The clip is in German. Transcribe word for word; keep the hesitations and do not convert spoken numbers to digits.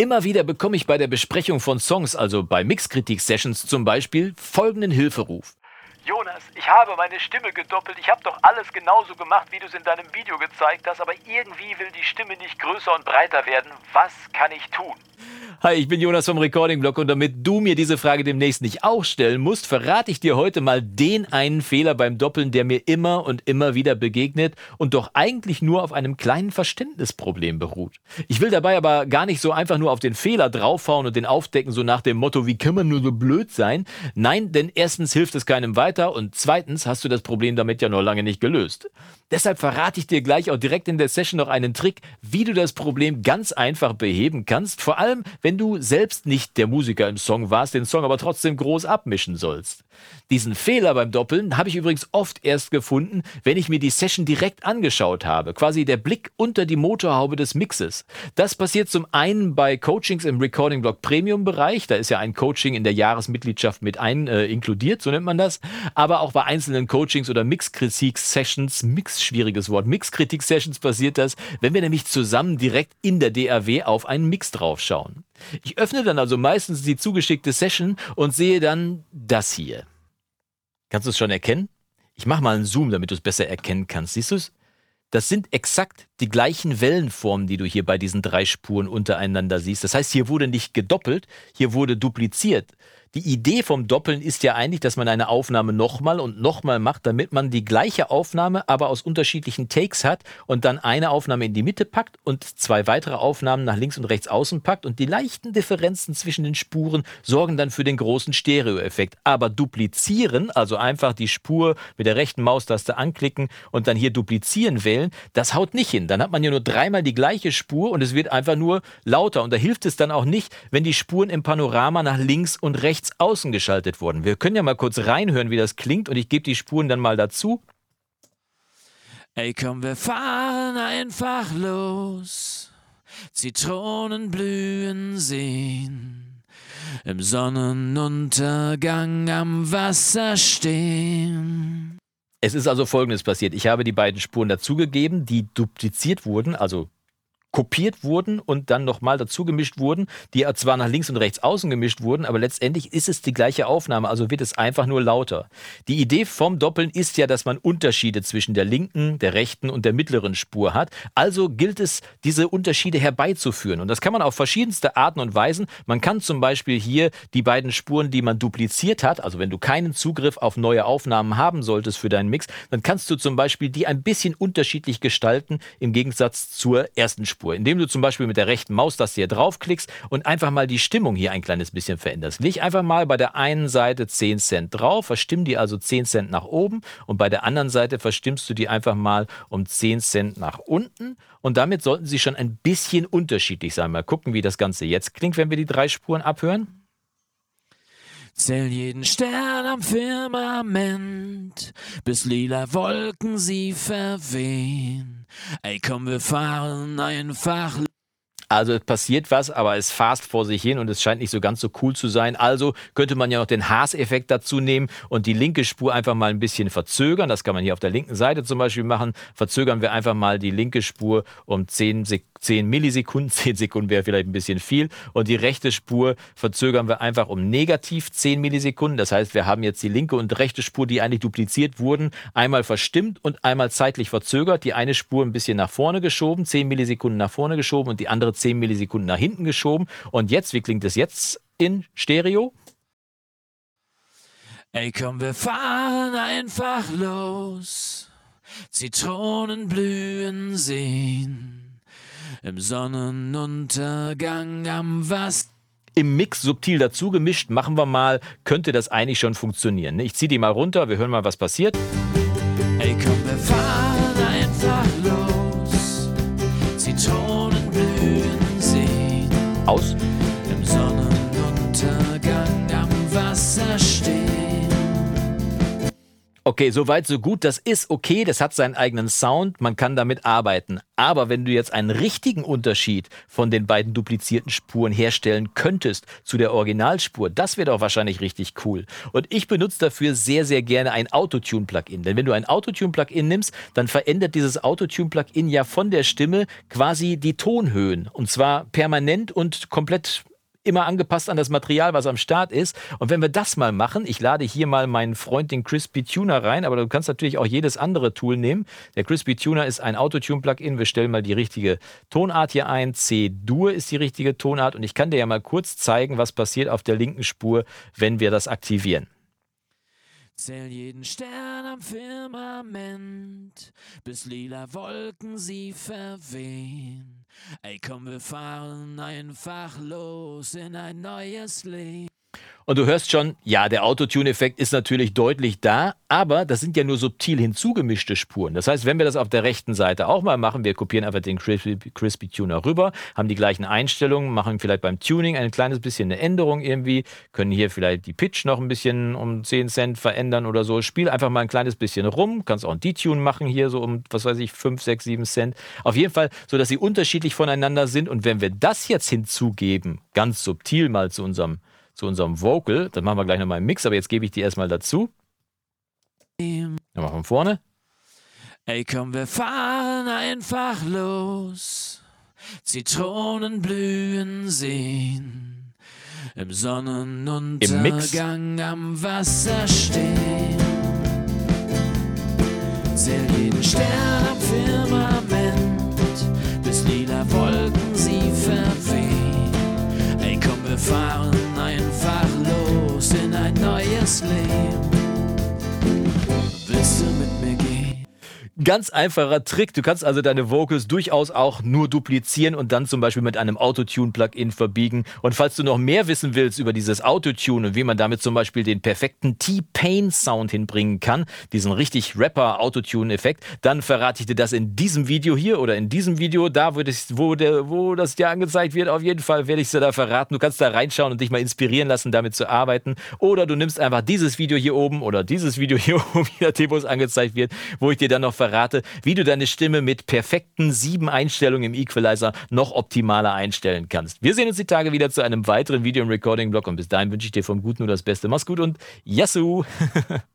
Immer wieder bekomme ich bei der Besprechung von Songs, also bei Mixkritik-Sessions zum Beispiel, folgenden Hilferuf. Jonas, ich habe meine Stimme gedoppelt. Ich habe doch alles genauso gemacht, wie du es in deinem Video gezeigt hast, aber irgendwie will die Stimme nicht größer und breiter werden. Was kann ich tun? Hi, ich bin Jonas vom Recording-Blog und damit du mir diese Frage demnächst nicht auch stellen musst, verrate ich dir heute mal den einen Fehler beim Doppeln, der mir immer und immer wieder begegnet und doch eigentlich nur auf einem kleinen Verständnisproblem beruht. Ich will dabei aber gar nicht so einfach nur auf den Fehler draufhauen und den aufdecken, so nach dem Motto, wie kann man nur so blöd sein? Nein, denn erstens hilft es keinem weiter und zweitens hast du das Problem damit ja noch lange nicht gelöst. Deshalb verrate ich dir gleich auch direkt in der Session noch einen Trick, wie du das Problem ganz einfach beheben kannst, vor allem wenn du selbst nicht der Musiker im Song warst, den Song aber trotzdem groß abmischen sollst. Diesen Fehler beim Doppeln habe ich übrigens oft erst gefunden, wenn ich mir die Session direkt angeschaut habe, quasi der Blick unter die Motorhaube des Mixes. Das passiert zum einen bei Coachings im Recording-Blog Premium-Bereich, da ist ja ein Coaching in der Jahresmitgliedschaft mit ein äh, inkludiert, so nennt man das, aber auch bei einzelnen Coachings oder Mixkritik-Sessions, Mix, schwieriges Wort, Mixkritik-Sessions passiert das, wenn wir nämlich zusammen direkt in der D A W auf einen Mix draufschauen. Ich öffne dann also meistens die zugeschickte Session und sehe dann das hier. Kannst du es schon erkennen? Ich mache mal einen Zoom, damit du es besser erkennen kannst. Siehst du es? Das sind exakt die gleichen Wellenformen, die du hier bei diesen drei Spuren untereinander siehst. Das heißt, hier wurde nicht gedoppelt, hier wurde dupliziert. Die Idee vom Doppeln ist ja eigentlich, dass man eine Aufnahme nochmal und nochmal macht, damit man die gleiche Aufnahme aber aus unterschiedlichen Takes hat und dann eine Aufnahme in die Mitte packt und zwei weitere Aufnahmen nach links und rechts außen packt und die leichten Differenzen zwischen den Spuren sorgen dann für den großen Stereoeffekt. Aber duplizieren, also einfach die Spur mit der rechten Maustaste anklicken und dann hier duplizieren wählen, das haut nicht hin. Dann hat man ja nur dreimal die gleiche Spur und es wird einfach nur lauter. Und da hilft es dann auch nicht, wenn die Spuren im Panorama nach links und rechts außen geschaltet wurden. Wir können ja mal kurz reinhören, wie das klingt und ich gebe die Spuren dann mal dazu. Ey, komm, wir fahren einfach los, Zitronenblühen sehen, im Sonnenuntergang am Wasser stehen. Es ist also Folgendes passiert. Ich habe die beiden Spuren dazugegeben, die dupliziert wurden, also kopiert wurden und dann nochmal dazu gemischt wurden, die zwar nach links und rechts außen gemischt wurden, aber letztendlich ist es die gleiche Aufnahme, also wird es einfach nur lauter. Die Idee vom Doppeln ist ja, dass man Unterschiede zwischen der linken, der rechten und der mittleren Spur hat. Also gilt es, diese Unterschiede herbeizuführen. Und das kann man auf verschiedenste Arten und Weisen. Man kann zum Beispiel hier die beiden Spuren, die man dupliziert hat, also wenn du keinen Zugriff auf neue Aufnahmen haben solltest für deinen Mix, dann kannst du zum Beispiel die ein bisschen unterschiedlich gestalten im Gegensatz zur ersten Spur. Indem du zum Beispiel mit der rechten Maustaste hier draufklickst und einfach mal die Stimmung hier ein kleines bisschen veränderst. Leg einfach mal bei der einen Seite zehn Cent drauf, verstimm die also zehn Cent nach oben und bei der anderen Seite verstimmst du die einfach mal um zehn Cent nach unten und damit sollten sie schon ein bisschen unterschiedlich sein. Mal gucken, wie das Ganze jetzt klingt, wenn wir die drei Spuren abhören. Zähl jeden Stern am Firmament, bis lila Wolken sie verwehen. Ey, komm, wir fahren einfach. Also es passiert was, aber es fast vor sich hin und es scheint nicht so ganz so cool zu sein. Also könnte man ja noch den Haas-Effekt dazu nehmen und die linke Spur einfach mal ein bisschen verzögern. Das kann man hier auf der linken Seite zum Beispiel machen. Verzögern wir einfach mal die linke Spur um zehn Millisekunden. zehn Sekunden wäre vielleicht ein bisschen viel. Und die rechte Spur verzögern wir einfach um negativ zehn Millisekunden. Das heißt, wir haben jetzt die linke und rechte Spur, die eigentlich dupliziert wurden, einmal verstimmt und einmal zeitlich verzögert. Die eine Spur ein bisschen nach vorne geschoben, zehn Millisekunden nach vorne geschoben und die andere zehn Millisekunden nach hinten geschoben. Und jetzt, wie klingt es jetzt in Stereo? Ey, komm, wir fahren einfach los, Zitronenblühen sehen, im Sonnenuntergang am Wasser. Im Mix subtil dazu gemischt, machen wir mal, könnte das eigentlich schon funktionieren. Ich ziehe die mal runter, wir hören mal, was passiert. Ey, komm, wir fahren einfach los, Zitronenblühen sehen, aus, im Sonnenuntergang am Wasser stehen. Okay, soweit, so gut. Das ist okay, das hat seinen eigenen Sound, man kann damit arbeiten. Aber wenn du jetzt einen richtigen Unterschied von den beiden duplizierten Spuren herstellen könntest zu der Originalspur, das wäre doch wahrscheinlich richtig cool. Und ich benutze dafür sehr, sehr gerne ein Autotune-Plugin. Denn wenn du ein Autotune-Plugin nimmst, dann verändert dieses Autotune-Plugin ja von der Stimme quasi die Tonhöhen. Und zwar permanent und komplett immer angepasst an das Material, was am Start ist. Und wenn wir das mal machen, ich lade hier mal meinen Freund, den Crispy Tuner, rein, aber du kannst natürlich auch jedes andere Tool nehmen. Der Crispy Tuner ist ein Autotune-Plugin. Wir stellen mal die richtige Tonart hier ein. C-Dur ist die richtige Tonart. Und ich kann dir ja mal kurz zeigen, was passiert auf der linken Spur, wenn wir das aktivieren. Zähl jeden Stern am Firmament, bis lila Wolken sie verwehen. Ey, komm, wir fahren einfach los in ein neues Leben. Und du hörst schon, ja, der Autotune-Effekt ist natürlich deutlich da, aber das sind ja nur subtil hinzugemischte Spuren. Das heißt, wenn wir das auf der rechten Seite auch mal machen, wir kopieren einfach den Crispy, Crispy Tuner rüber, haben die gleichen Einstellungen, machen vielleicht beim Tuning ein kleines bisschen eine Änderung irgendwie, können hier vielleicht die Pitch noch ein bisschen um zehn Cent verändern oder so. Spiel einfach mal ein kleines bisschen rum, kannst auch ein Detune machen hier so um, was weiß ich, fünf, sechs, sieben Cent. Auf jeden Fall, so dass sie unterschiedlich voneinander sind. Und wenn wir das jetzt hinzugeben, ganz subtil mal zu unserem zu unserem Vocal. Das machen wir gleich nochmal im Mix, aber jetzt gebe ich die erstmal dazu. Nochmal von vorne. Ey, komm, wir fahren einfach los. Zitronen blühen sehen. Im Sonnenuntergang am Wasser stehen. Zähl jeden Stern am Firmament, bis lila Wolken sie verwehen. Ey, komm, wir fahren einfach los in ein neues Leben. Willst du mit mir gehen? Ganz einfacher Trick. Du kannst also deine Vocals durchaus auch nur duplizieren und dann zum Beispiel mit einem Autotune-Plugin verbiegen. Und falls du noch mehr wissen willst über dieses Autotune und wie man damit zum Beispiel den perfekten T-Pain-Sound hinbringen kann, diesen richtig Rapper-Autotune-Effekt, dann verrate ich dir das in diesem Video hier oder in diesem Video, da wo das, wo der, wo das dir angezeigt wird. Auf jeden Fall werde ich es dir da verraten. Du kannst da reinschauen und dich mal inspirieren lassen, damit zu arbeiten. Oder du nimmst einfach dieses Video hier oben oder dieses Video hier oben, je nachdem, wo es angezeigt wird, wo ich dir dann noch verrate, wie du deine Stimme mit perfekten sieben Einstellungen im Equalizer noch optimaler einstellen kannst. Wir sehen uns die Tage wieder zu einem weiteren Video im Recording-Blog und bis dahin wünsche ich dir vom Guten nur das Beste. Mach's gut und Yassou!